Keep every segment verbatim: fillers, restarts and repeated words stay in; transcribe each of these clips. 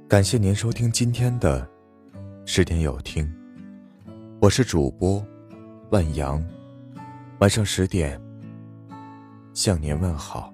感谢您收听今天的十点有听，我是主播万阳，晚上十点向您问好。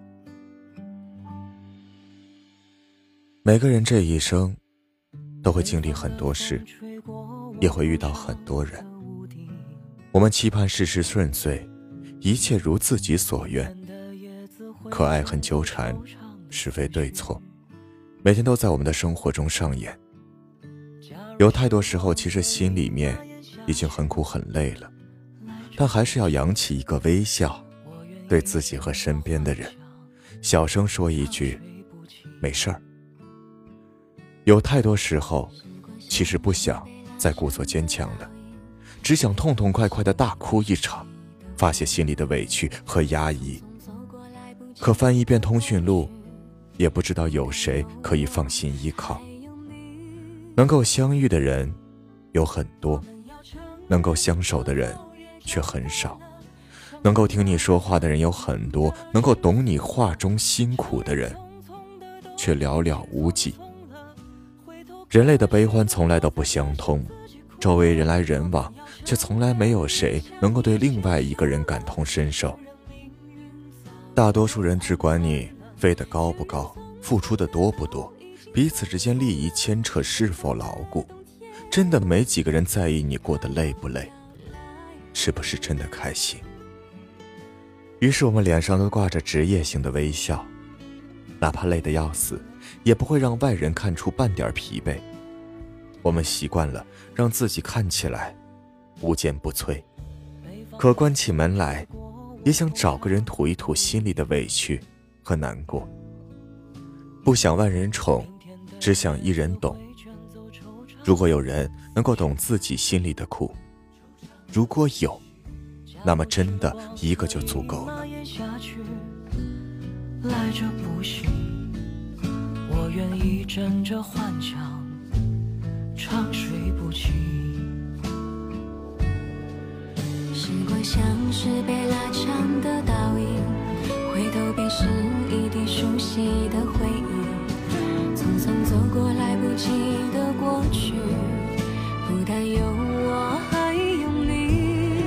每个人这一生都会经历很多事，也会遇到很多人。我们期盼事事顺遂，一切如自己所愿，可爱恨纠缠，是非对错，每天都在我们的生活中上演。有太多时候，其实心里面已经很苦很累了，但还是要扬起一个微笑，对自己和身边的人小声说一句没事儿。有太多时候，其实不想再故作坚强了，只想痛痛快快的大哭一场，发泄心里的委屈和压抑。可翻一遍通讯录，也不知道有谁可以放心依靠。能够相遇的人有很多，能够相守的人却很少。能够听你说话的人有很多，能够懂你话中辛苦的人却寥寥无几。人类的悲欢从来都不相通，周围人来人往，却从来没有谁能够对另外一个人感同身受。大多数人只管你飞得高不高，付出的多不多，彼此之间利益牵扯是否牢固，真的没几个人在意你过得累不累，是不是真的开心。于是我们脸上都挂着职业性的微笑，哪怕累得要死，也不会让外人看出半点疲惫。我们习惯了让自己看起来无坚不摧，可关起门来也想找个人吐一吐心里的委屈和难过。不想万人宠，只想一人懂。如果有人能够懂自己心里的苦，如果有，那么真的一个就足够了。 来者不行，我愿意枕着幻想长睡不起。 时光像是被拉长的倒影，回头便是一地熟悉的回忆。匆匆走过来不及的过去，不但有我还有你。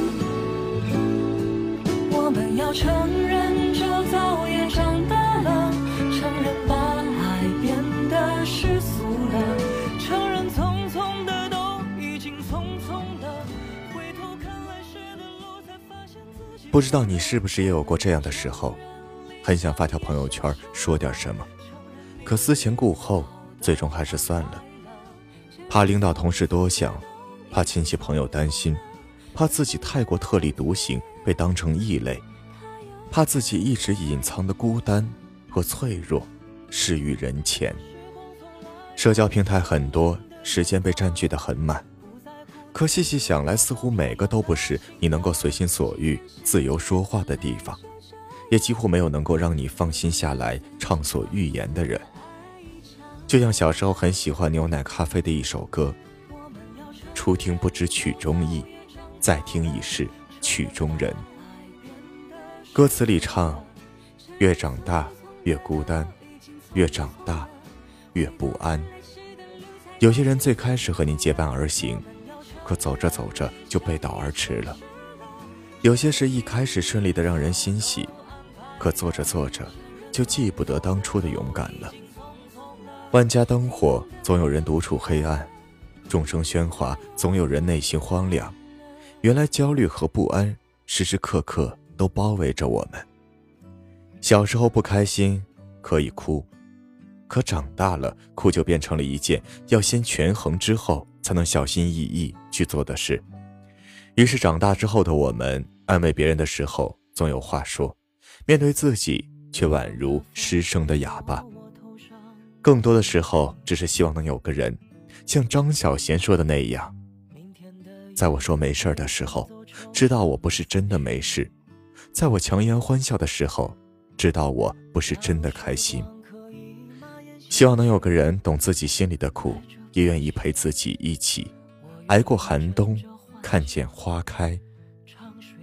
我们要承认就早也长大了，承认把爱变得世俗了，承认匆匆的都已经匆匆了，回头看来时的路才发现自己。 不知道你是不是也有过这样的时候，很想发条朋友圈说点什么，可思前顾后，最终还是算了。怕领导同事多想，怕亲戚朋友担心，怕自己太过特立独行被当成异类，怕自己一直隐藏的孤单和脆弱施于人前。社交平台很多，时间被占据得很满，可细细想来，似乎每个都不是你能够随心所欲自由说话的地方，也几乎没有能够让你放心下来畅所欲言的人。就像小时候很喜欢牛奶咖啡的一首歌，初听不知曲中意，再听已是曲中人。歌词里唱，越长大越孤单，越长大越不安。有些人最开始和你结伴而行，可走着走着就背道而驰了。有些事一开始顺利的让人欣喜，可做着做着就记不得当初的勇敢了。万家灯火，总有人独处黑暗；众生喧哗，总有人内心荒凉。原来焦虑和不安时时刻刻都包围着我们。小时候不开心可以哭，可长大了，哭就变成了一件要先权衡之后才能小心翼翼去做的事。于是长大之后的我们，安慰别人的时候总有话说，面对自己却宛如失声的哑巴。更多的时候，只是希望能有个人像张小娴说的那样，在我说没事的时候，知道我不是真的没事；在我强颜欢笑的时候，知道我不是真的开心。希望能有个人懂自己心里的苦，也愿意陪自己一起挨过寒冬，看见花开。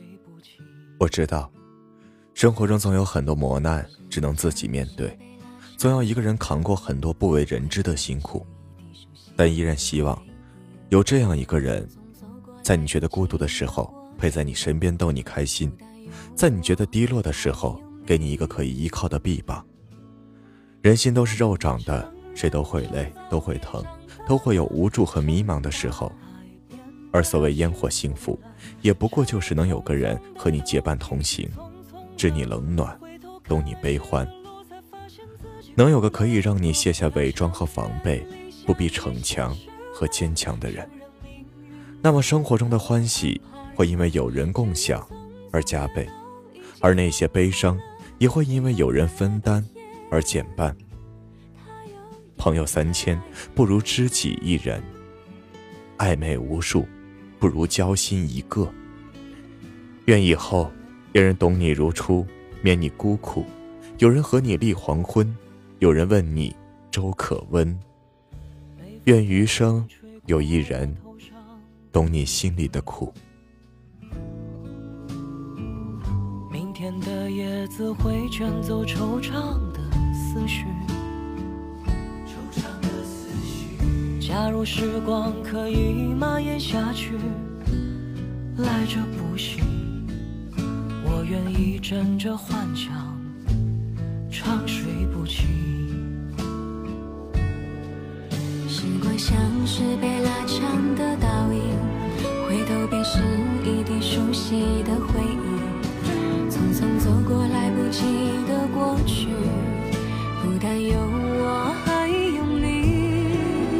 我知道生活中总有很多磨难只能自己面对， 总要一个人扛过很多不为人知的辛苦，但依然希望有这样一个人，在你觉得孤独的时候陪在你身边逗你开心，在你觉得低落的时候给你一个可以依靠的臂膀。人心都是肉长的，谁都会累，都会疼，都会有无助和迷茫的时候。而所谓烟火幸福，也不过就是能有个人和你结伴同行，知你冷暖，懂你悲欢，能有个可以让你卸下伪装和防备，不必逞强和坚强的人。那么生活中的欢喜会因为有人共享而加倍，而那些悲伤也会因为有人分担而减半。朋友三千，不如知己一人；暧昧无数，不如交心一个。愿以后有人懂你如初，免你孤苦；有人和你立黄昏，有人问你粥可温。愿余生有一人懂你心里的苦。 明天的叶子会卷走惆怅的思绪，假如时光可以蔓延下去，来者不惜，我愿意枕着幻想长睡不起。 时光像是被拉长的倒影，回头便是一地熟悉的回忆，匆匆走过来不及的过去，不但有我还有你。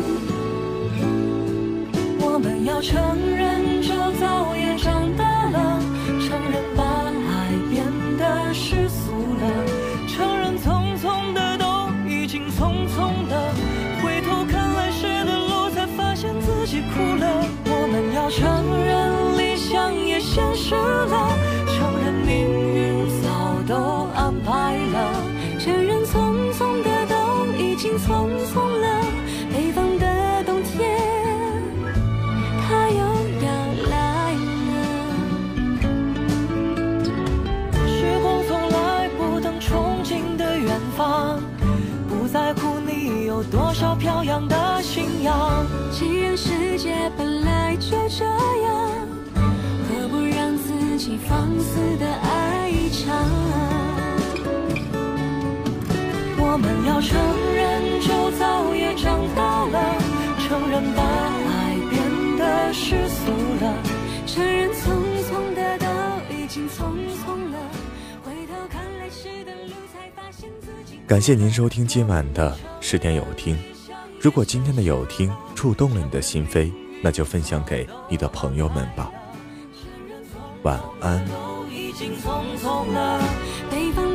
我们要承认这早也长大了，承认把爱变得世俗了，承认匆匆的都已经匆匆了，回头看来时的路才发现自己哭了。我们要承认理想也现实了，承认命运早都安排了， 承认匆匆的都已经匆匆了，北方的冬天它又要来了。 时光从来不等憧憬的远方，不在乎你有多少飘扬的信仰。 既然世界本来就这样，何不让自己放肆的爱一场？ 我们要承认就早也长大了，承认把爱变得世俗了， 承认匆匆的都已经匆匆了，回头看来时的路才发现自己。 感谢您收听今晚的十点有听。如果今天的有听触动了你的心扉，那就分享给你的朋友们吧。晚安。 都已经匆匆了， 北方